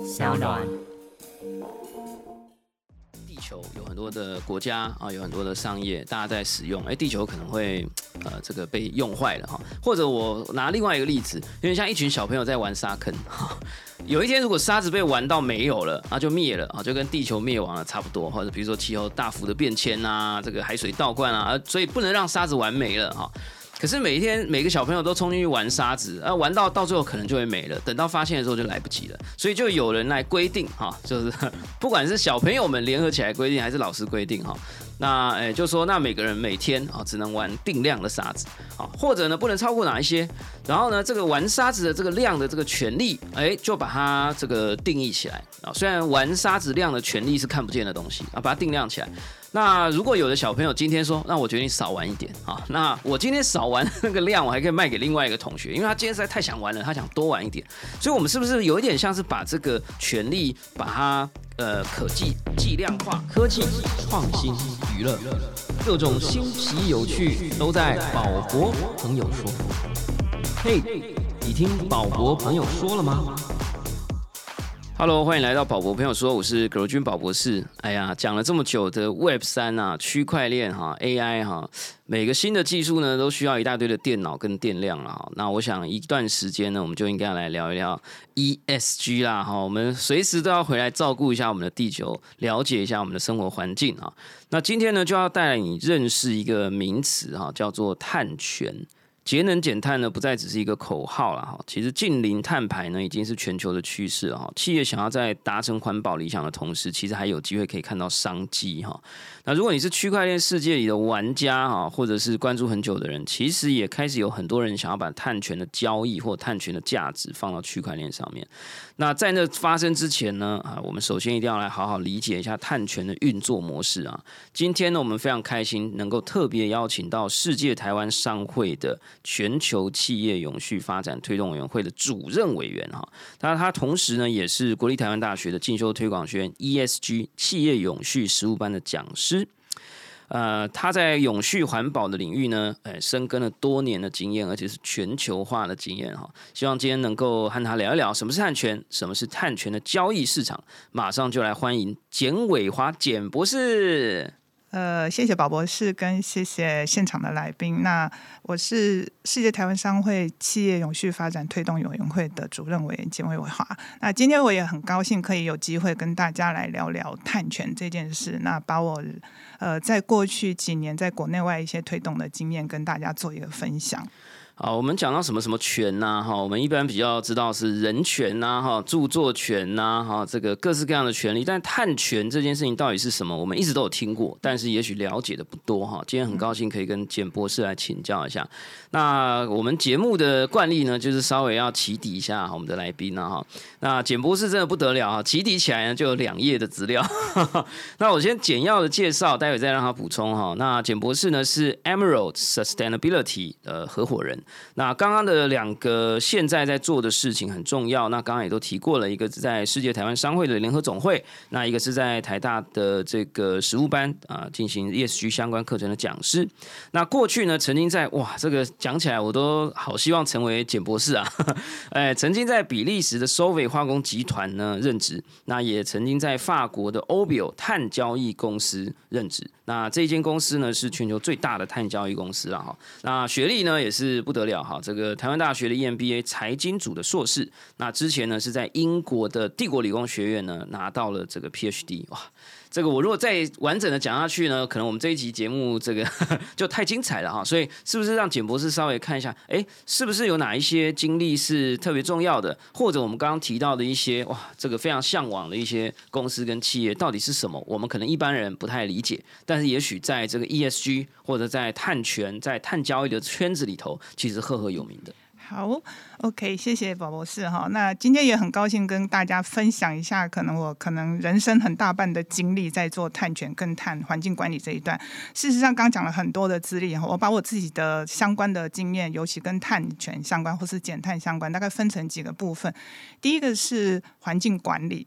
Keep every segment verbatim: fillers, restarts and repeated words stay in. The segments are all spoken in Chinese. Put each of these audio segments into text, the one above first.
小暖。 地球有很多的国家啊，有很多的商业，大家在使用，哎，地球可能会呃这个被用坏了哈。或者我拿另外一个例子，有点像一群小朋友在玩沙坑哈。有一天如果沙子被玩到没有了啊，就灭了啊，就跟地球灭亡了差不多。或者比如说气候大幅的变迁啊，这个海水倒灌啊，所以不能让沙子玩没了哈。可是每一天每个小朋友都冲进去玩沙子，啊，玩到到最后可能就会没了，等到发现的时候就来不及了，所以就有人来规定哈，就是不管是小朋友们联合起来规定，还是老师规定哈，那诶就说那每个人每天啊只能玩定量的沙子啊，或者呢不能超过哪一些，然后呢这个玩沙子的这个量的这个权利，哎就把它这个定义起来啊，虽然玩沙子量的权利是看不见的东西啊，把它定量起来。那如果有的小朋友今天说，那我决定少玩一点啊，那我今天少玩那个量，我还可以卖给另外一个同学，因为他今天实在太想玩了，他想多玩一点，所以我们是不是有一点像是把这个权利把它呃可计计量化？科技、创新、娱乐，各种新奇有趣都在宝博朋友说。嘿，你听宝博朋友说了吗？Hello， 欢迎来到宝博朋友说，我是葛柔君宝博士。哎呀，讲了这么久的 Web 三 啊，区块链哈 ，A I 哈，每个新的技术呢都需要一大堆的电脑跟电量啦。那我想一段时间呢，我们就应该来聊一聊 E S G 啦哈。我们随时都要回来照顾一下我们的地球，了解一下我们的生活环境啊。那今天呢，就要带你认识一个名词哈，叫做碳权。节能减碳呢，不再只是一个口号了哈。其实近零碳排呢，已经是全球的趋势了哈。企业想要在达成环保理想的同时，其实还有机会可以看到商机哈。那如果你是区块链世界里的玩家哈，或者是关注很久的人，其实也开始有很多人想要把碳权的交易或碳权的价值放到区块链上面。那在那发生之前呢，啊，我们首先一定要来好好理解一下碳权的运作模式啊。今天呢，我们非常开心能够特别邀请到世界台湾商会的全球企业永续发展推动委员会的主任委员哈，那他同时呢也是国立台湾大学的进修推广学院 E S G 企业永续实务班的讲师。呃，他在永续环保的领域呢，哎，深耕了多年的经验，而且是全球化的经验哈。希望今天能够和他聊一聊什么是碳权，什么是碳权的交易市场。马上就来欢迎简伟华简博士。 呃，谢谢宝博士，跟谢谢现场的来宾。那我是世界台湾商会企业永续发展推动委员会的主任委员简伟华。那今天我也很高兴可以有机会跟大家来聊聊碳权这件事。那把我呃在过去几年在国内外一些推动的经验跟大家做一个分享。 好，我们讲到什么什么权呐、啊，哈，我们一般比较知道是人权呐、啊，哈，著作权呐、啊，哈，这个各式各样的权利。但碳权这件事情到底是什么？我们一直都有听过，但是也许了解的不多哈。今天很高兴可以跟简博士来请教一下。那我们节目的惯例呢，就是稍微要起底一下我们的来宾啊哈。那简博士真的不得了啊，起底起来呢就有两页的资料。那我先简要的介绍，待会再让他补充哈。那简博士呢是 Emerald Sustainability 的合伙人。那刚刚的两个现在在做的事情很重要，那刚刚也都提过了，一个是在世界台湾商会的联合总会，那一个是在台大的这个实务班啊进行 E S G 相关课程的讲师。那过去呢，曾经在哇这个讲起来我都好希望成为简博士啊，哎，曾经在比利时的 Solvay 化工集团呢任职，那也曾经在法国的 Obio 碳交易公司任职。那这间公司呢是全球最大的碳交易公司啦哈。那学历呢也是不得了哈，这个台湾大学的 E M B A 财经组的硕士。那之前呢是在英国的帝国理工学院呢拿到了这个 P H D。哇，这个我如果再完整的讲下去呢，可能我们这一集节目这个就太精彩了哈。所以是不是让简博士稍微看一下，哎，是不是有哪一些经历是特别重要的，或者我们刚刚提到的一些哇，这个非常向往的一些公司跟企业到底是什么？我们可能一般人不太理解，但是也许在这个 E S G 或者在碳权、在碳交易的圈子里头，其实赫赫有名的。 好 ，OK， 谢谢宝博士哈。那今天也很高兴跟大家分享一下，可能我可能人生很大半的经历在做碳权跟碳环境管理这一段。事实上，刚讲了很多的资历，我把我自己的相关的经验，尤其跟碳权相关或是减碳相关，大概分成几个部分。第一个是环境管理。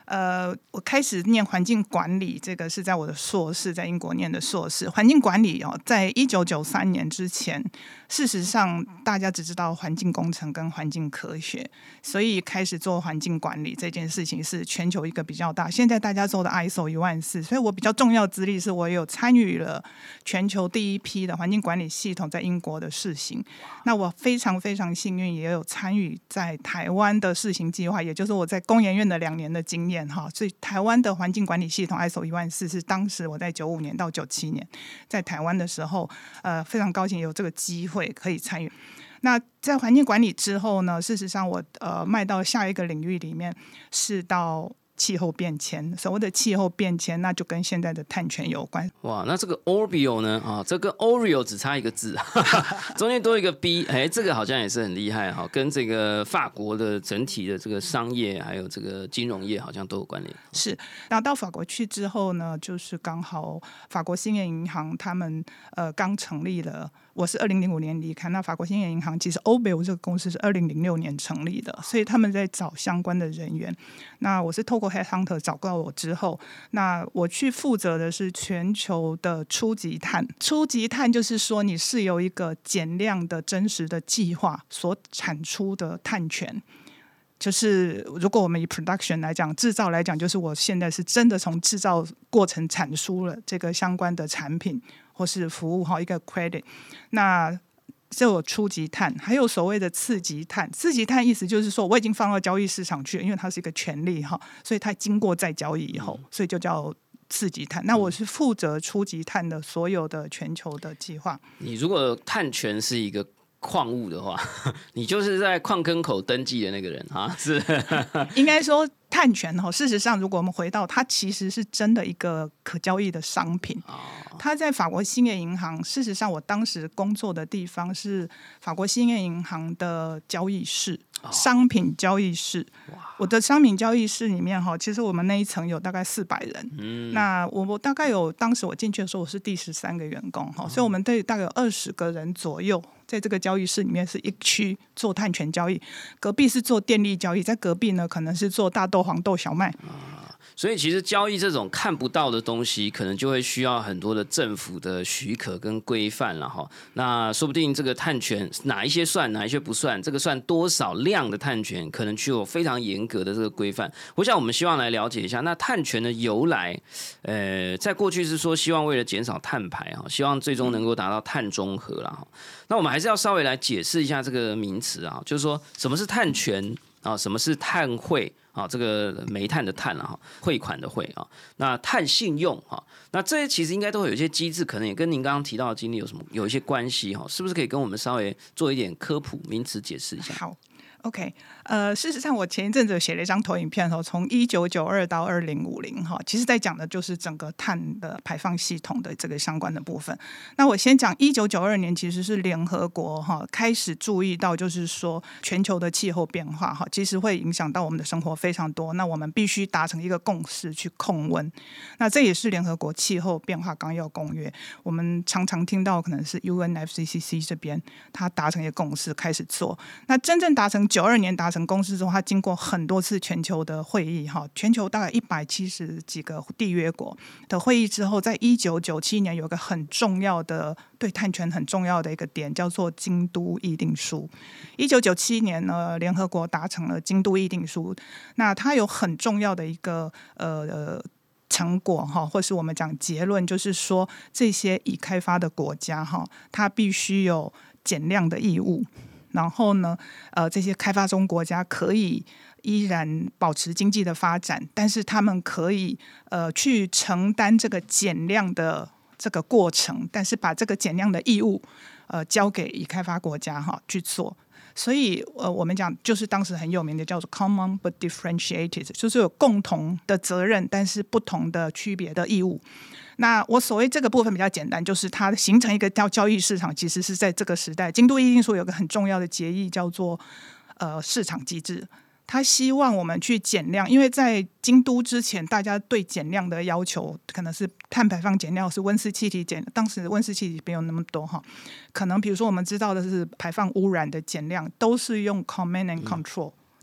呃，我开始念环境管理，这个是在我的硕士，在英国念的硕士。环境管理哦，在一九九三年之前，事实上大家只知道环境工程跟环境科学，所以开始做环境管理这件事情是全球一个比较大。现在大家做的 I S O 一万四，所以我比较重要的资历是我有参与了全球第一批的环境管理系统在英国的试行。那我非常非常幸运，也有参与在台湾的试行计划，也就是我在工研院的两年的经验。所以台湾的环境管理系统 I S O 一万四是当时我在九五年到九七年在台湾的时候，呃，非常高兴有这个机会可以参与。那在环境管理之后呢，事实上我呃迈到下一个领域里面，是到气候变迁。所谓的气候变迁，那就跟现在的碳权有关。 哇，那这个 Orbio 呢？啊，这跟 Oreo 只差一个字，中间多一个 B， 哎，这个好像也是很厉害哈，跟这个法国的整体的这个商业还有这个金融业好像都有关联。 是，那到法国去之后呢，就是刚好法国兴业银行他们呃刚成立了。我是二零零五年离开，那法国兴业银行其实 Orbio 这个公司是二零零六年成立的，所以他们在找相关的人员。那我是透过 Headhunter 找到我之后，那我去负责的是全球的初级碳。初级碳就是说你是由一个减量的真实的计划所产出的碳权。就是如果我们以 production 来讲，制造来讲，就是我现在是真的从制造过程产出了这个相关的产品或是服务，一个 credit。 那这有初级碳，还有所谓的次级碳。次级碳意思就是说我已经放到交易市场去了，因为它是一个权利，所以它经过再交易以后，所以就叫次级碳。那我是负责初级碳的所有的全球的计划。 你如果碳权是一个矿物的话，你就是在矿坑口登记的那个人啊，是应该说碳权事实上如果我们回到它其实是真的一个可交易的商品。它在法国兴业银行，事实上我当时工作的地方是法国兴业银行的交易室，商品交易室。我的商品交易室里面其实我们那一层有大概四百人、嗯、那 我, 我大概有当时我进去的时候我是第十三个员工、哦、所以我们对大概有二十个人左右在这个交易室里面是一区做碳权交易，隔壁是做电力交易，在隔壁呢可能是做大豆黄豆小麦、 啊，所以其实交易这种看不到的东西，可能就会需要很多的政府的许可跟规范了哈。那说不定这个碳权哪一些算，哪一些不算，这个算多少量的碳权，可能具有非常严格的这个规范。我想我们希望来了解一下，那碳权的由来，呃，在过去是说希望为了减少碳排哈，希望最终能够达到碳中和啦哈。那我们还是要稍微来解释一下这个名词啊，就是说什么是碳权啊，什么是碳汇。啊，这个煤炭的碳啊，汇款的汇啊，那碳信用啊，那这些其实应该都会有一些机制，可能也跟您刚刚提到的经历有什么有一些关系哈，是不是可以跟我们稍微做一点科普名词解释一下？ 好。OK， 呃，事实上，我前一阵子写了一张投影片，从一九九二到二零五零，哈，其实在讲的就是整个碳的排放系统的这个相关的部分。那我先讲一九九二年，其实是联合国哈开始注意到，就是说全球的气候变化哈，其实会影响到我们的生活非常多。那我们必须达成一个共识去控温。那这也是联合国气候变化纲要公约，我们常常听到可能是 U N F C C C 这边它达成一个共识开始做。那真正达成九二年达成共识之后，它经过很多次全球的会议，全球大概一百七十几个缔约国的会议之后，在一九九七年有一个很重要的对碳权很重要的一个点，叫做京都议定书。一九九七年呢，联合国达成了京都议定书，那它有很重要的一个呃成果哈，或是我们讲结论，就是说这些已开发的国家哈，它必须有减量的义务。然后呢，呃，这些开发中国家可以依然保持经济的发展，但是他们可以呃去承担这个减量的这个过程，但是把这个减量的义务呃交给已开发国家哈去做。所以呃，我们讲就是当时很有名的叫做 common but differentiated， 就是有共同的责任，但是不同的区别的义务。那我所谓这个部分比较简单，就是它形成一个交交易市场，其实是在这个时代，京都议定书有个很重要的结议叫做呃市场机制。他希望我们去减量，因为在京都之前，大家对减量的要求可能是碳排放减量，是温室气体减，当时温室气体没有那么多哈。可能比如说我们知道的是排放污染的减量，都是用 command and control。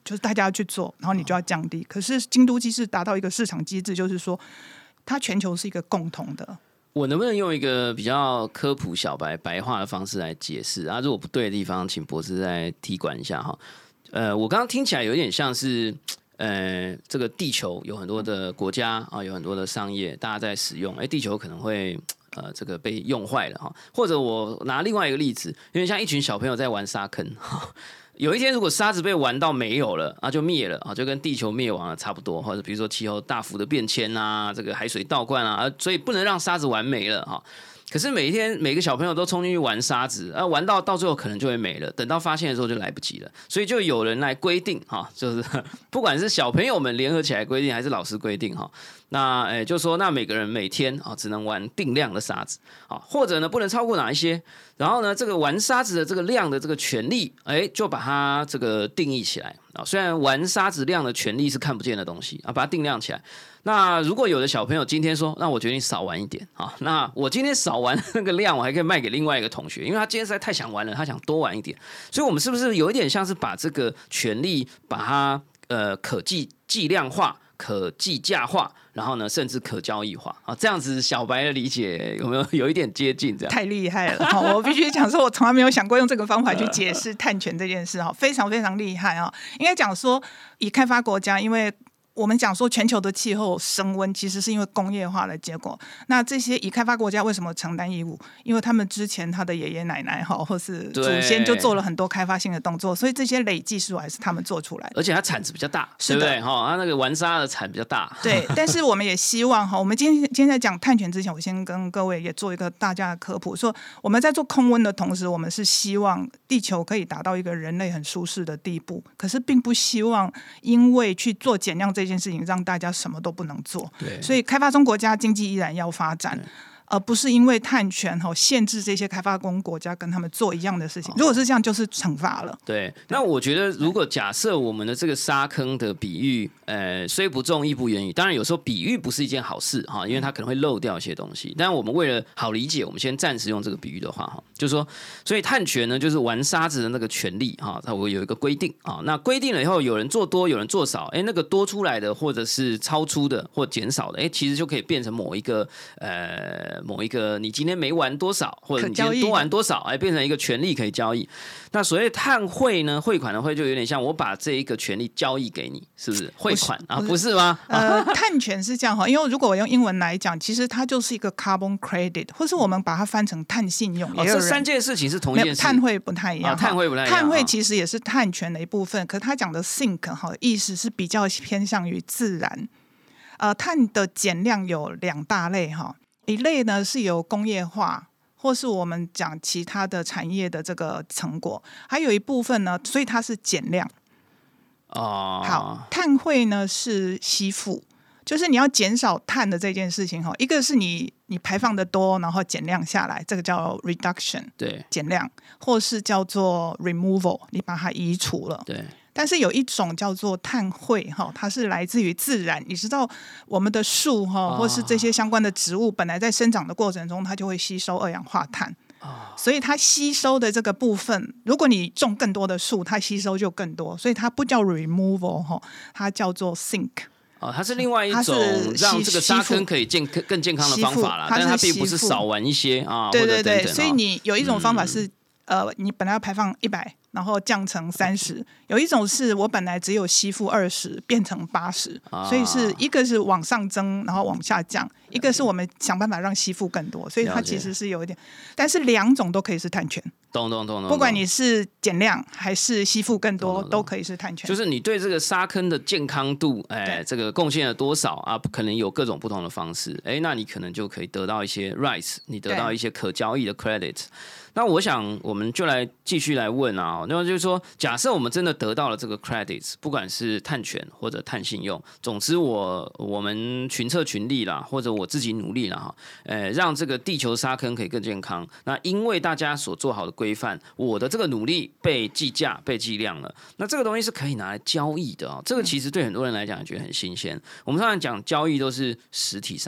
就是大家要去做，然后你就要降低。可是京都机制达到一个市场机制，就是说它全球是一个共同的。 我能不能用一个比较科普小白白话的方式来解释啊？如果不对的地方，请博士再踢馆一下哈。呃，我刚刚听起来有点像是，呃，这个地球有很多的国家啊，有很多的商业，大家在使用，哎，地球可能会呃这个被用坏了哈。或者我拿另外一个例子，有点像一群小朋友在玩沙坑哈。有一天，如果沙子被玩到没有了啊，就灭了啊，就跟地球灭亡了差不多，或者比如说气候大幅的变迁啊，这个海水倒灌啊，所以不能让沙子玩没了哈。可是每一天每个小朋友都冲进去玩沙子，啊，玩到到最后可能就会没了，等到发现的时候就来不及了，所以就有人来规定哈，就是不管是小朋友们联合起来规定，还是老师规定哈，那诶就说那每个人每天啊只能玩定量的沙子啊，或者呢不能超过哪一些，然后呢这个玩沙子的这个量的这个权利，哎就把它这个定义起来啊，虽然玩沙子量的权利是看不见的东西啊，把它定量起来。那如果有的小朋友今天说，那我决定少玩一点啊，那我今天少玩那个量，我还可以卖给另外一个同学，因为他今天实在太想玩了，他想多玩一点，所以我们是不是有一点像是把这个权利把它呃可计计量化、可计价化，然后呢甚至可交易化啊？这样子小白的理解有没有有一点接近？这样太厉害了！我必须讲说，我从来没有想过用这个方法去解释碳权这件事哈，非常非常厉害啊！应该讲说，以开发国家，因为我们讲说全球的气候升温其实是因为工业化的结果，那这些已开发国家为什么承担义务？因为他们之前他的爷爷奶奶或是祖先就做了很多开发性的动作，所以这些累计数还是他们做出来的， 而且它产值比较大， 是的， 对不对？它那个玩沙的产比较大， 对。但是我们也希望我们今天今天在讲碳权之前，我先跟各位也做一个大家的科普，说我们在做控温的同时，我们是希望地球可以达到一个人类很舒适的地步，可是并不希望因为去做减量这件事情让大家什么都不能做，所以开发中国家经济依然要发展，而不是因为碳权限制这些开发中国家跟他们做一样的事情。如果是这样，就是惩罚了。 对，那我觉得如果假设我们的这个沙坑的比喻，呃，虽不中亦不远矣。当然有时候比喻不是一件好事哈，因为它可能会漏掉一些东西。但我们为了好理解，我们先暂时用这个比喻的话哈，就是说，所以碳权呢，就是玩沙子的那个权利哈，它会有一个规定啊。那规定了以后，有人做多，有人做少，哎，那个多出来的或者是超出的或减少的，哎，其实就可以变成某一个呃。某一个你今天没玩多少，或者你今天多玩多少，哎，变成一个权利可以交易。那所谓碳汇呢，汇款的汇就有点像我把这一个权利交易给你，是不是汇款啊？不是吗？ 呃，碳权是这样哈，因为如果我用英文来讲，其实它就是一个 carbon credit， 或是我们把它翻成碳信用。 哦，这三件事情是同一件事， 碳汇不太一样。 哦、碳汇不太一样。 碳汇其实也是碳权的一部分，可是他讲的 sink 哈意思是比较偏向于自然。呃，碳的减量有两大类哈。一类呢是由工业化或是我们讲其他的产业的这个成果，还有一部分呢，所以它是减量。 哦， 好，碳汇呢是吸附，就是你要减少碳的这件事情哈，一个是你你排放的多，然后减量下来，这个叫 reduction， 对， 减量，或是叫做 removal， 你把它移除了， 对。 但是有一种叫做碳汇，它是来自于自然。你知道我们的树或是这些相关的植物本来在生长的过程中，它就会吸收二氧化碳，所以它吸收的这个部分，如果你种更多的树，它吸收就更多，所以它不叫 removal， 它叫做 sink。 哦，它是另外一种让这个沙坑可以健更健康的方法啦，但是它并不是少玩一些啊。 对对对，所以你有一种方法是，嗯、呃，你本来要排放一百。然后降成三十，有一种是我本来只有吸附二十，变成八十，所以是一个是往上增，然后往下降，一个是我们想办法让吸附更多，所以它其实是有一点，但是两种都可以是碳权。 懂懂懂懂， 不管你是减量还是吸附更多，都可以是碳权。 就是你对这个沙坑的健康度，哎，这个贡献了多少啊？可能有各种不同的方式，哎，那你可能就可以得到一些 rights， 你得到一些可交易的 credit。那我想，我们就来继续来问啊，那就是说，假设我们真的得到了这个 credits， 不管是碳权或者碳信用，总之我我们群策群力啦，或者我自己努力啦哈，呃，让这个地球沙坑可以更健康。那因为大家所做好的规范，我的这个努力被计价、被计量了，那这个东西是可以拿来交易的啊、哦。这个其实对很多人来讲，觉得很新鲜。我们常常讲交易都是实体商品，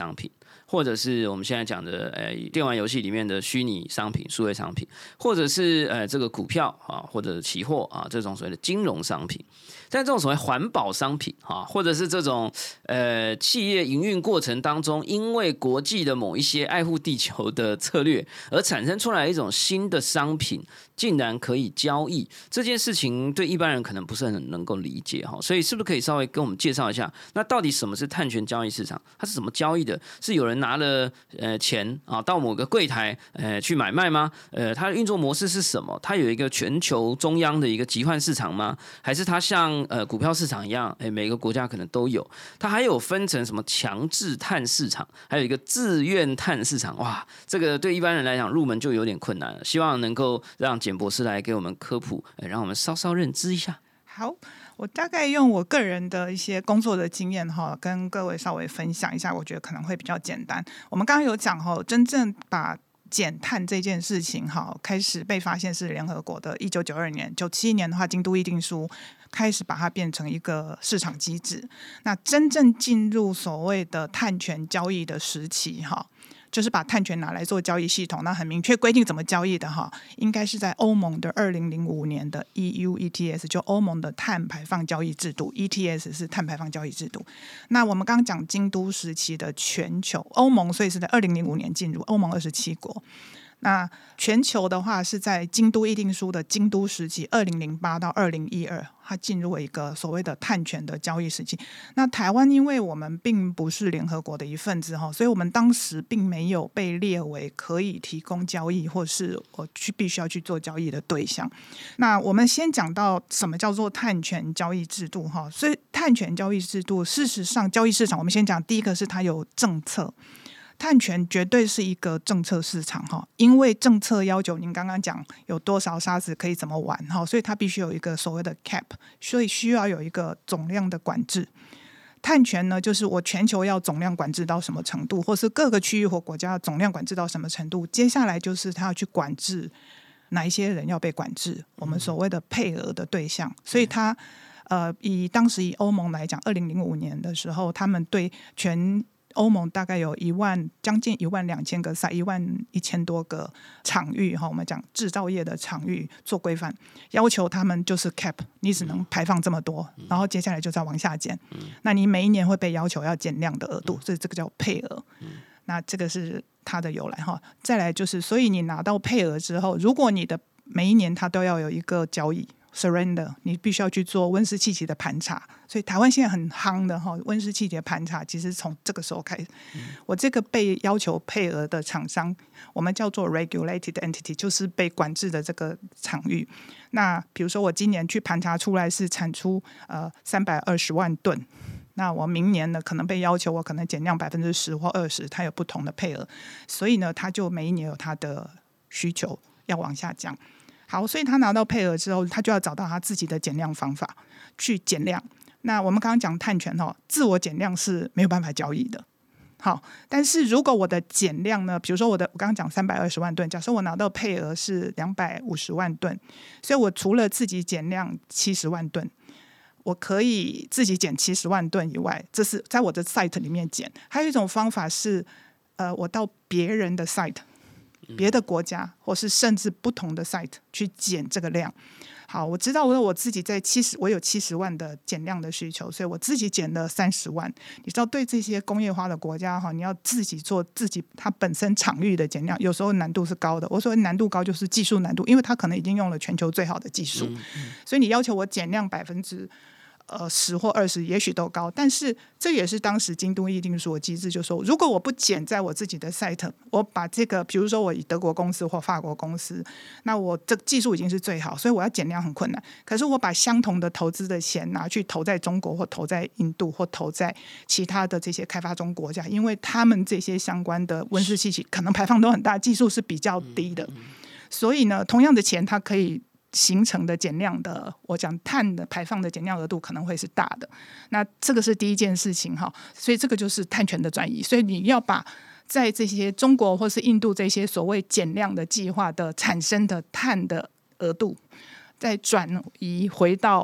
或者是我们现在讲的呃电玩游戏里面的虚拟商品、数位商品，或者是呃这个股票啊，或者期货啊这种所谓的金融商品。但这种所谓环保商品啊，或者是这种呃企业营运过程当中，因为国际的某一些爱护地球的策略而产生出来一种新的商品，竟然可以交易，这件事情对一般人可能不是很能够理解哈。所以是不是可以稍微跟我们介绍一下，那到底什么是碳权交易市场？它是怎么交易的？是有人拿了呃钱啊到某个柜台呃去买卖吗？呃，它的运作模式是什么？它有一个全球中央的一个集换市场吗？还是它像呃股票市场一样，哎，每个国家可能都有？它还有分成什么强制碳市场，还有一个自愿碳市场。哇，这个对一般人来讲入门就有点困难了。希望能够让简博士来给我们科普，哎，让我们稍稍认知一下。 好，我大概用我个人的一些工作的经验哈，跟各位稍微分享一下，我觉得可能会比较简单。我们刚刚有讲哈，真正把减碳这件事情哈，开始被发现是联合国的一九九二年，九七年的话，京都议定书开始把它变成一个市场机制。那真正进入所谓的碳权交易的时期哈，就是把碳权拿来做交易系统，那很明确规定怎么交易的哈，应该是在欧盟的二零零五年的 E U E T S， 就欧盟的碳排放交易制度 ，E T S 是碳排放交易制度。那我们刚刚讲京都时期的全球欧盟，所以是在二零零五年进入欧盟二十七国。那全球的话是在京都议定书的京都时期，二零零八到二零一二，它进入了一个所谓的碳权的交易时期。那台湾因为我们并不是联合国的一份子哈，所以我们当时并没有被列为可以提供交易或是我去必须要去做交易的对象。那我们先讲到什么叫做碳权交易制度哈，所以碳权交易制度，事实上交易市场，我们先讲第一个是它有政策。碳权绝对是一个政策市场哈，因为政策要求您刚刚讲有多少沙子可以怎么玩哈，所以它必须有一个所谓的 cap， 所以需要有一个总量的管制。碳权呢，就是我全球要总量管制到什么程度，或是各个区域或国家总量管制到什么程度，接下来就是它要去管制哪一些人要被管制，我们所谓的配额的对象。所以它呃，以当时以欧盟来讲，二零零五年的时候，他们对全欧盟大概有一万将近一万两千个赛，一万一千多个场域哈，我们讲制造业的场域做规范，要求他们就是 cap， 你只能排放这么多，然后接下来就再往下减。那你每一年会被要求要减量的额度，所以这个叫配额。那这个是它的由来哈。再来就是，所以你拿到配额之后，如果你的每一年它都要有一个交易。surrender， 你必须要去做温室气体的盘查，所以台湾现在很夯的哈，温室气体的盘查其实从这个时候开始。嗯、我这个被要求配额的厂商，我们叫做 regulated entity， 就是被管制的这个场域。那比如说我今年去盘查出来是产出呃三百二十万吨，那我明年呢可能被要求我可能减量百分之十或二十，它有不同的配额，所以呢它就每一年有它的需求要往下降。好，所以他拿到配额之后，他就要找到他自己的减量方法去减量。那我们刚刚讲碳权哈，自我减量是没有办法交易的。好，但是如果我的减量呢，比如说我的我刚刚讲三百二十万吨，假设我拿到配额是两百五十万吨，所以我除了自己减量七十万吨，我可以自己减七十万吨以外，这是在我的 site 里面减。还有一种方法是，呃，我到别人的 site。别的国家或是甚至不同的 site 去减这个量。好，我知道我我自己在七十，我有七十万的减量的需求，所以我自己减了三十万。你知道，对这些工业化的国家哈，你要自己做自己它本身场域的减量，有时候难度是高的。我说难度高就是技术难度，因为它可能已经用了全球最好的技术，嗯嗯、所以你要求我减量百分之。呃，十或二十也许都高，但是这也是当时京都议定书的机制，就是说，如果我不减在我自己的 site， 我把这个，比如说我以德国公司或法国公司，那我这技术已经是最好，所以我要减量很困难。可是我把相同的投资的钱拿去投在中国或投在印度或投在其他的这些开发中国家，因为他们这些相关的温室气体可能排放都很大，技术是比较低的，所以呢，同样的钱它可以。形成的减量的，我讲碳的排放的减量额度可能会是大的，那这个是第一件事情哈，所以这个就是碳权的转移，所以你要把在这些中国或是印度这些所谓减量的计划的产生的碳的额度，再转移回到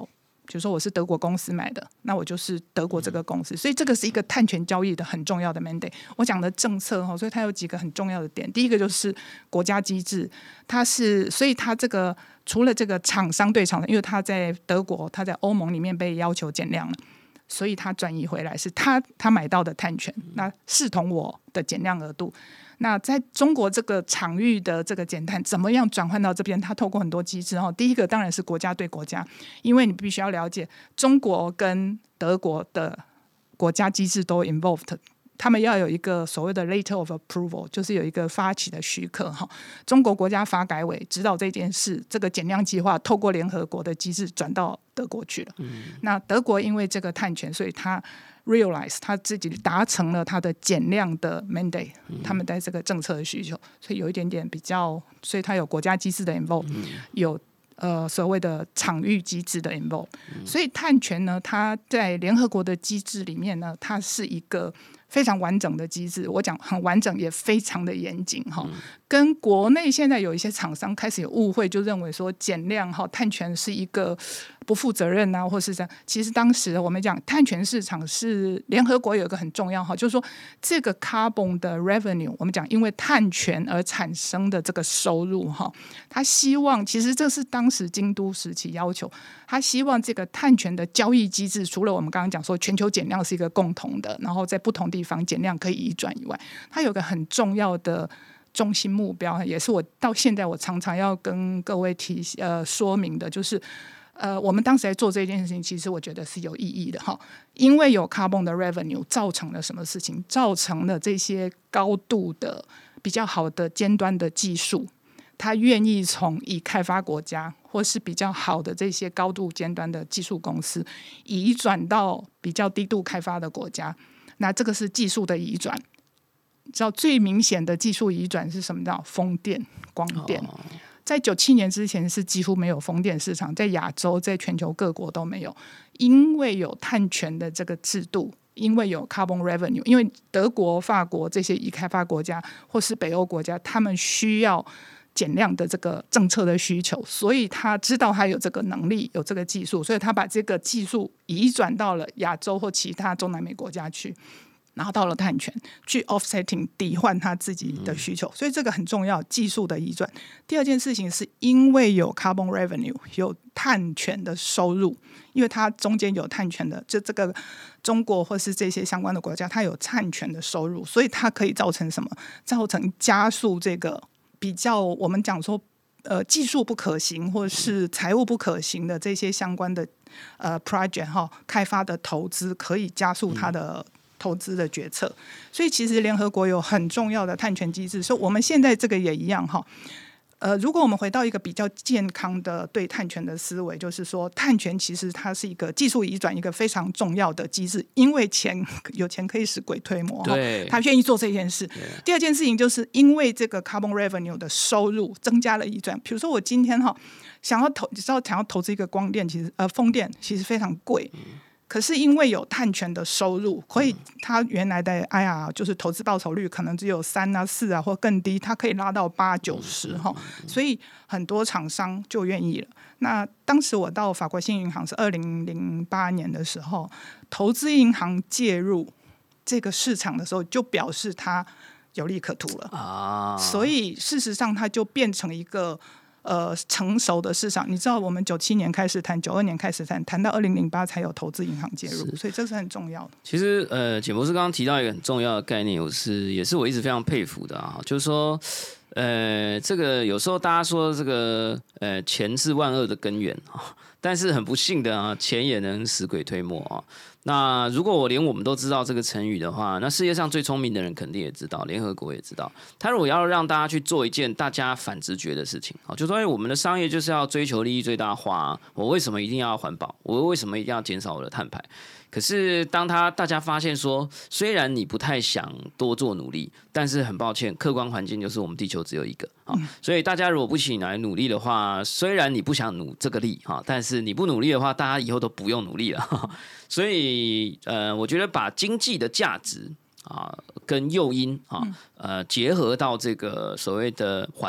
比如说我是德国公司买的，那我就是德国这个公司，所以这个是一个碳权交易的很重要的 mandate。我讲的政策哈，所以它有几个很重要的点。第一个就是国家机制，它是所以它这个除了这个厂商对厂商，因为它在德国，它在欧盟里面被要求减量了。所以他转移回来是他他买到的碳权，那视同我的减量额度。那在中国这个场域的这个减碳，怎么样转换到这边？它透过很多机制哦。第一个当然是国家对国家，因为你必须要了解中国跟德国的国家机制都 involved。他们要有一个所谓的 letter of approval， 就是有一个发起的许可哈。中国国家发改委知道这件事，这个减量计划透过联合国的机制转到德国去了。嗯、那德国因为这个碳权，所以他 realize 他自己达成了他的减量的 mandate，、嗯、他们在这个政策的需求，所以有一点点比较，所以他有国家机制的 involve，、嗯、有。呃，所谓的场域机制的 involve，、嗯、所以碳权呢，它在联合国的机制里面呢，它是一个非常完整的机制。我讲很完整，也非常的严谨哈。嗯、跟国内现在有一些厂商开始有误会，就认为说减量哈碳权是一个不负责任啊，或是这样。其实当时我们讲碳权市场是联合国有一个很重要哈，就是说这个 carbon 的 revenue， 我们讲因为碳权而产生的这个收入哈，他希望其实这是当时京都时期要求，他希望这个碳权的交易机制，除了我们刚刚讲说全球减量是一个共同的，然后在不同地方减量可以移转以外，它有个很重要的中心目标，也是我到现在我常常要跟各位提呃说明的，就是呃我们当时在做这件事情，其实我觉得是有意义的哈，因为有 carbon 的 revenue 造成了什么事情？造成了这些高度的比较好的尖端的技术。他愿意从已开发国家或是比较好的这些高度尖端的技术公司移转到比较低度开发的国家，那这个是技术的移转。知道最明显的技术移转是什么？叫风电、光电。在九七年之前是几乎没有风电市场，在亚洲、在全球各国都没有，因为有碳权的这个制度。因为有 carbon revenue， 因为德国、法国这些已开发国家或是北欧国家，他们需要减量的这个政策的需求，所以他知道他有这个能力，有这个技术，所以他把这个技术移转到了亚洲或其他中南美国家去，拿到了碳权，去 offsetting 抵换他自己的需求，所以这个很重要，技术的移转。第二件事情是因为有 carbon revenue， 有碳权的收入，因为它中间有碳权的，就这个中国或是这些相关的国家，它有碳权的收入，所以它可以造成什么？造成加速这个比较我们讲说呃技术不可行或是财务不可行的这些相关的呃 project 哈开发的投资，可以加速它的投资的决策。所以其实联合国有很重要的碳权机制，所以我们现在这个也一样哈。呃，如果我们回到一个比较健康的对碳权的思维，就是说碳权其实它是一个技术移转一个非常重要的机制，因为钱有钱可以使鬼推磨， 对， 他愿意做这件事。第二件事情就是因为这个 carbon revenue 的收入增加了移转，比如说我今天哈想要投，你知道想要投资一个光电，其实呃风电其实非常贵。嗯，可是因为有碳权的收入，所以它原来的 I R R 就是投资报酬率可能只有三啊、四啊或更低，它可以拉到八九十哈，所以很多厂商就愿意了。那当时我到法国新银行是二零零八年的时候，投资银行介入这个市场的时候，就表示它有利可图了啊，所以事实上它就变成一个。呃，成熟的市场，你知道，我们九七年开始谈，九二年开始谈，谈到二零零八才有投资银行介入，所以这是很重要的。 其实，呃，简博士刚刚提到一个很重要的概念，我是也是我一直非常佩服的啊，就是说，呃，这个有时候大家说这个，呃，钱是万恶的根源啊，但是很不幸的啊，钱也能使鬼推磨啊。那如果我连我们都知道这个成语的话，那世界上最聪明的人肯定也知道，联合国也知道。他如果要让大家去做一件大家反直觉的事情，就说、欸、我们的商业就是要追求利益最大化、啊，我为什么一定要环保？我为什么一定要减少我的碳排？可是当他大家发现说，虽然你不太想多做努力，但是很抱歉，客观环境就是我们地球只有一个啊，所以大家如果不起来努力的话，虽然你不想努这个力哈，但是你不努力的话，大家以后都不用努力了。所以呃，我觉得把经济的价值啊跟诱因啊呃结合到这个所谓的环保。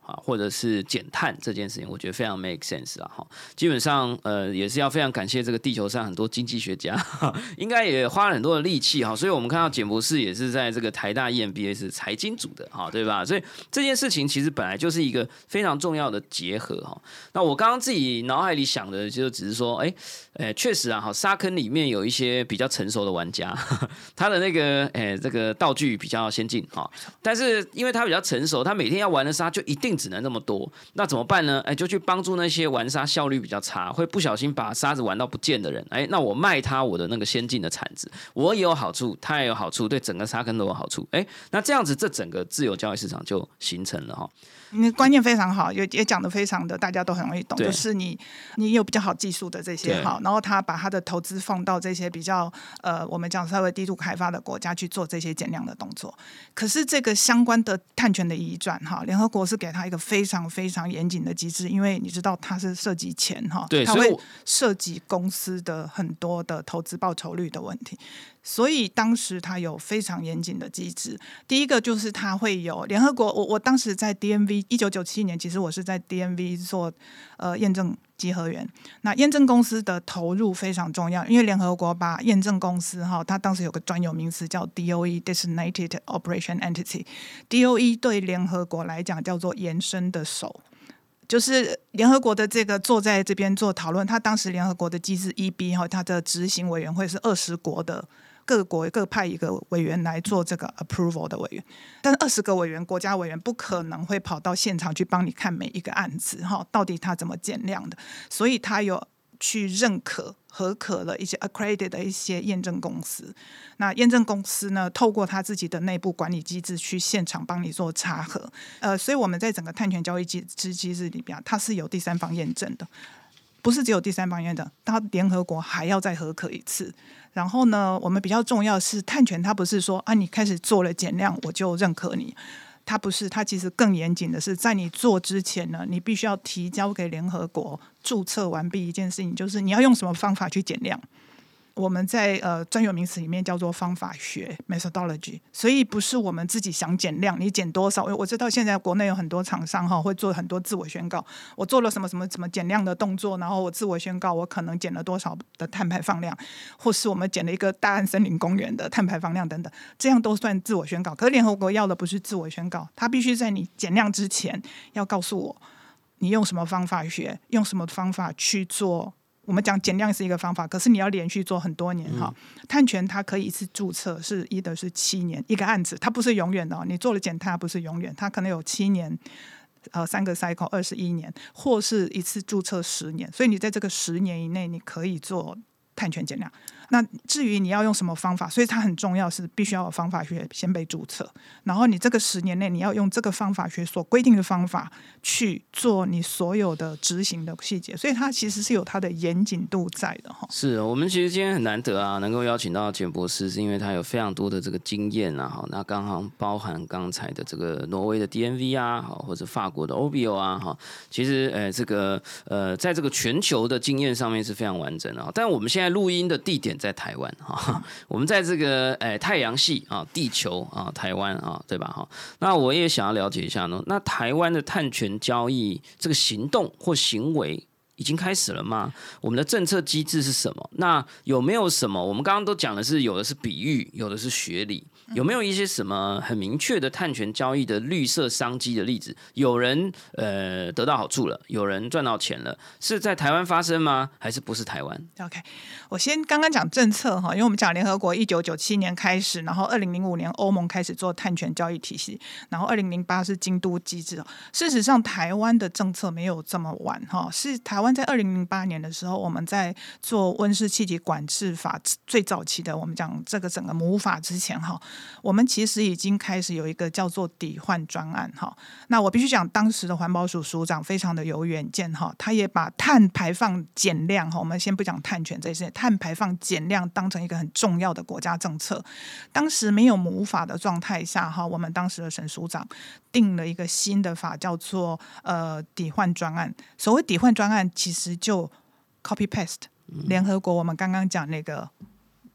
啊，或者是减碳这件事情，我觉得非常 make sense 啊。基本上呃也是要非常感谢这个地球上很多经济学家，应该也花了很多的力气哈。所以我们看到简博士也是在这个台大 E M B A 是财经组的哈，对吧？所以这件事情其实本来就是一个非常重要的结合哈。那我刚刚自己脑海里想的就只是说，哎、欸，确实啊，沙坑里面有一些比较成熟的玩家，他的那个哎、欸、这个道具比较先进哈，但是因为他比较成熟，他每天要玩的沙就一定只能那么多，那怎么办呢？哎、欸，就去帮助那些玩沙效率比较差，会不小心把沙子玩到不见的人，哎、欸，那我卖他我的那个先进的铲子，我也有好处，他也有好处，对整个沙坑都有好处，哎、欸，那这样子这整个自由交易市场就形成了哈。 你观念非常好，也也讲得非常的大家都很容易懂，就是你你有比较好技术的这些好，然后他把他的投资放到这些比较呃我们讲稍微低度开发的国家去做这些减量的动作。可是这个相关的碳权的移转哈，联合国是给他一个非常非常严谨的机制，因为你知道它是涉及钱哈，它会涉及公司的很多的投资报酬率的问题。所以当时它有非常严谨的机制。第一个就是它会有联合国，我我当时在 D N V 一九九七年，其实我是在 D N V 做呃验证稽核员。那验证公司的投入非常重要，因为联合国把验证公司哈，它当时有个专有名词叫 D O E Designated Operation Entity。D O E 对联合国来讲叫做延伸的手。就是联合国的这个坐在这边做讨论，他当时联合国的机制 E B 哈，它的执行委员会是二十国的。各国各派一个委员来做这个 approval 的委员，但是二十个委员国家委员不可能会跑到现场去帮你看每一个案子哈，到底他怎么减量的，所以他有去认可核可了一些 accredited 的一些验证公司。那验证公司呢，透过他自己的内部管理机制去现场帮你做查核。呃，所以我们在整个碳权交易机制机制里边，它是有第三方验证的。不是只有第三方验证，它联合国还要再核可一次。然后呢，我们比较重要的是碳权，它不是说啊，你开始做了减量我就认可你，它不是，它其实更严谨的是，在你做之前呢，你必须要提交给联合国注册完毕一件事情，就是你要用什么方法去减量。我们在呃专有名词里面叫做方法学 methodology， 所以不是我们自己想减量，你减多少？我知道现在国内有很多厂商哈会做很多自我宣告，我做了什么什么什么减量的动作，然后我自我宣告我可能减了多少的碳排放量，或是我们减了一个大安森林公园的碳排放量等等，这样都算自我宣告。可是联合国要的不是自我宣告，它必须在你减量之前要告诉我你用什么方法学，用什么方法去做。我们讲减量是一个方法，可是你要连续做很多年哈。碳权它可以一次注册是一的是七年一个案子，它不是永远的、哦。你做了减碳不是永远，它可能有七年，呃三个 cycle 二十一年，或是一次注册十年。所以你在这个十年以内，你可以做碳权减量。那至于你要用什么方法，所以它很重要，是必须要有方法学先被注册，然后你这个十年内你要用这个方法学所规定的方法去做你所有的执行的细节，所以它其实是有它的严谨度在的哈。 是我们其实今天很难得啊，能够邀请到简博士，是因为他有非常多的这个经验啊，那刚好包含刚才的这个挪威的 D N V 啊，或者法国的 O B O 啊，哈，其实呃这个呃在这个全球的经验上面是非常完整的，但我们现在录音的地点在台湾哈，我们在这个诶太阳系啊，地球啊，台湾啊，对吧哈？那我也想要了解一下呢，那台湾的碳权交易这个行动或行为已经开始了吗？我们的政策机制是什么？那有没有什么？我们刚刚都讲的是有的是比喻，有的是学理，有没有一些什么很明确的碳权交易的绿色商机的例子？有人呃得到好处了，有人赚到钱了，是在台湾发生吗？还是不是台湾 ？OK， 我先刚刚讲政策哈，因为我们讲联合国一九九七年开始，然后二零零五年欧盟开始做碳权交易体系，然后二零零八是京都机制。事实上，台湾的政策没有这么晚哈，是台湾在二零零八年的时候，我们在做温室气体管制法最早期的，我们讲这个整个母法之前哈，我们其实已经开始有一个叫做抵换专案哈。那我必须讲，当时的环保署署长非常的有远见哈，他也把碳排放减量哈，我们先不讲碳权这些，碳排放减量当成一个很重要的国家政策。当时没有母法的状态下哈，我们当时的沈署长定了一个新的法，叫做呃抵换专案。所谓抵换专案，其实就 copy paste 联合国我们刚刚讲那个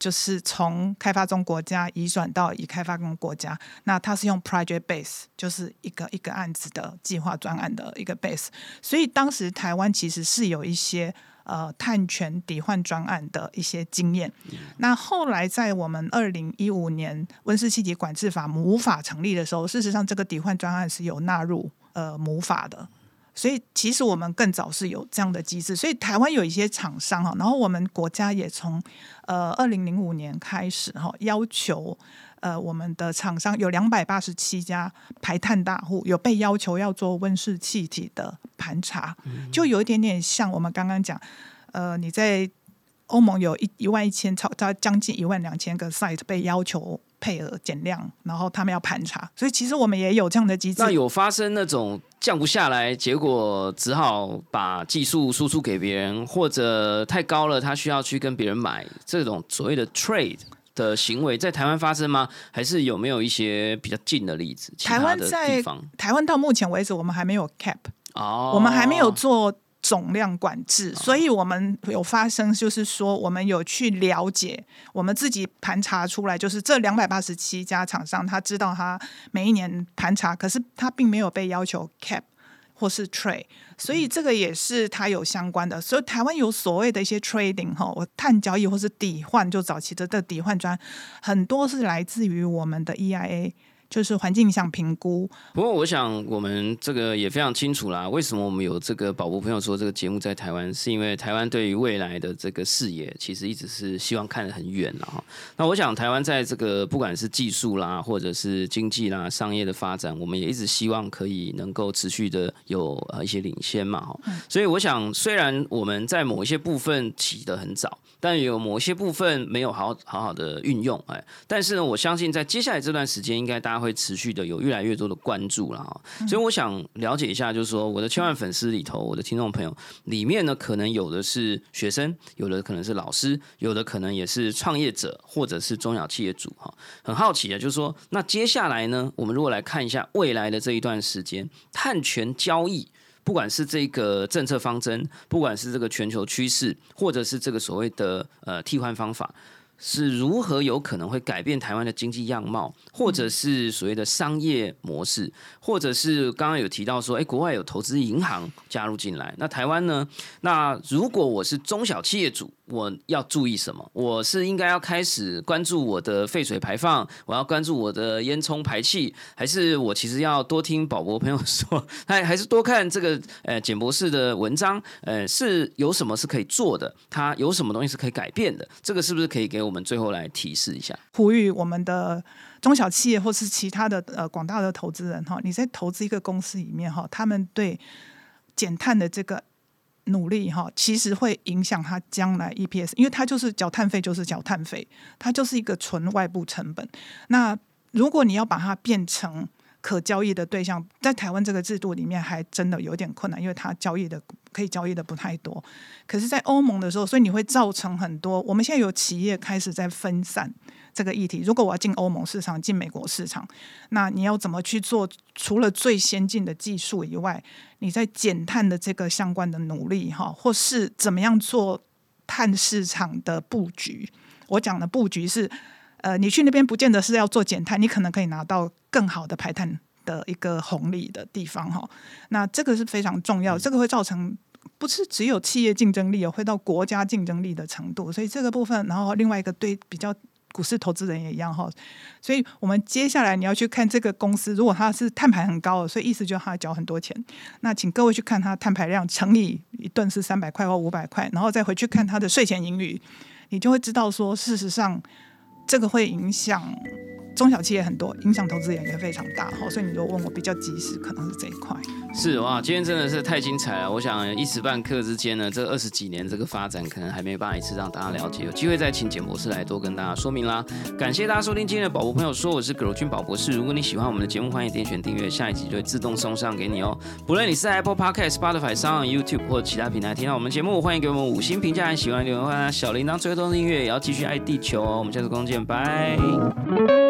就是从开发中国家移转到已开发中国家，那它是用 project base， 就是一个一个案子的计划专案的一个 base， 所以当时台湾其实是有一些呃碳权抵换专案的一些经验。嗯、那后来在我们二零一五年温室气体管制法母法成立的时候，事实上这个抵换专案是有纳入呃母法的。所以其实我们更早是有这样的机制，所以台湾有一些厂商哈，然后我们国家也从呃二零零五年开始哈，要求呃我们的厂商有两百八十七家排碳大户有被要求要做温室气体的盘查，就有一点点像我们刚刚讲，呃你在欧盟有一一万一千超将近一万两千个 site 被要求配额减量，然后他们要盘查，所以其实我们也有这样的机制。 那有发生那种降不下来，结果只好把技术输出给别人，或者太高了，他需要去跟别人买，这种所谓的 trade 的行为，在台湾发生吗？还是有没有一些比较近的例子？ 台湾在台湾到目前为止，我们还没有 cap，、哦、我们还没有做总量管制，所以我们有发生，就是说我们有去了解，我们自己盘查出来，就是这两百八十七家厂商，他知道他每一年盘查，可是他并没有被要求 cap 或是 trade， 所以这个也是它有相关的。所以台湾有所谓的一些 trading 碳交易或是抵换，就早期的这抵换专很多是来自于我们的 E I A。就是环境影响评估。 不过我想我们这个也非常清楚啦，为什么我们有这个宝博朋友说这个节目在台湾，是因为台湾对于未来的这个视野其实一直是希望看得很远啦。那我想台湾在这个不管是技术啦，或者是经济啦、商业的发展，我们也一直希望可以能够持续的有一些领先嘛。所以我想虽然我们在某一些部分起得很早，但有某些部分没有好好好的运用，哎，但是呢，我相信在接下来这段时间，应该大家会持续的有越来越多的关注了哈。所以我想了解一下，就是说我的千万粉丝里头，我的听众朋友里面呢，可能有的是学生，有的可能是老师，有的可能也是创业者，或者是中小企业主哈。很好奇的，就是说，那接下来呢，我们如果来看一下未来的这一段时间，碳权交易。不管是这个政策方针，不管是这个全球趋势，或者是这个所谓的呃替换方法，是如何有可能会改变台湾的经济样貌，或者是所谓的商业模式，或者是刚刚有提到说，哎，国外有投资银行加入进来，那台湾呢？那如果我是中小企业主，我要注意什么？我是应该要开始关注我的废水排放，我要关注我的烟囱排气，还是我其实要多听宝博朋友说，还还是多看这个呃简博士的文章？呃，是有什么是可以做的？它有什么东西是可以改变的？这个是不是可以给我们最后来提示一下？ 呼吁我们的中小企业或是其他的呃广大的投资人哈，你在投资一个公司里面哈，他们对减碳的这个努力哈，其实会影响他将来 E P S， 因为他就是缴碳费就是缴碳费，它就是一个纯外部成本。那如果你要把它变成可交易的对象，在台湾这个制度里面还真的有点困难，因为它交易的可以交易的不太多。可是在欧盟的时候，所以你会造成很多，我们现在有企业开始在分散这个议题。如果我要进欧盟市场，进美国市场，那你要怎么去做？除了最先进的技术以外，你在减碳的这个相关的努力哈，或是怎么样做碳市场的布局？我讲的布局是，呃，你去那边不见得是要做减碳，你可能可以拿到更好的排碳的一个红利的地方哈。那这个是非常重要，这个会造成不是只有企业竞争力，会到国家竞争力的程度。所以这个部分，然后另外一个对比较股市投资人也一样哈。所以我们接下来你要去看这个公司，如果它是碳排很高的，所以意思就是它缴很多钱。那请各位去看它碳排量乘以一顿是三百块或五百块，然后再回去看它的税前盈余，你就会知道说，事实上这个会影响中小企业很多，影响投资人也非常大。所以你如果问我比较及时，可能是这一块。 是哇，今天真的是太精彩了。我想一时半刻之间呢，这二十几年这个发展，可能还没办法一次让大家了解。有机会再请简博士来多跟大家说明啦。感谢大家收听今天的宝博朋友说，我是葛柔君宝博士。如果你喜欢我们的节目，欢迎点选订阅，下一集就会自动送上给你哦。不论你是 Apple Podcast、Spotify、SoundOn、YouTube 或其他平台听到我们节目，欢迎给我们五星评价，和喜欢留言，小铃铛追踪订阅，也要继续爱地球哦。我们下次空见，拜。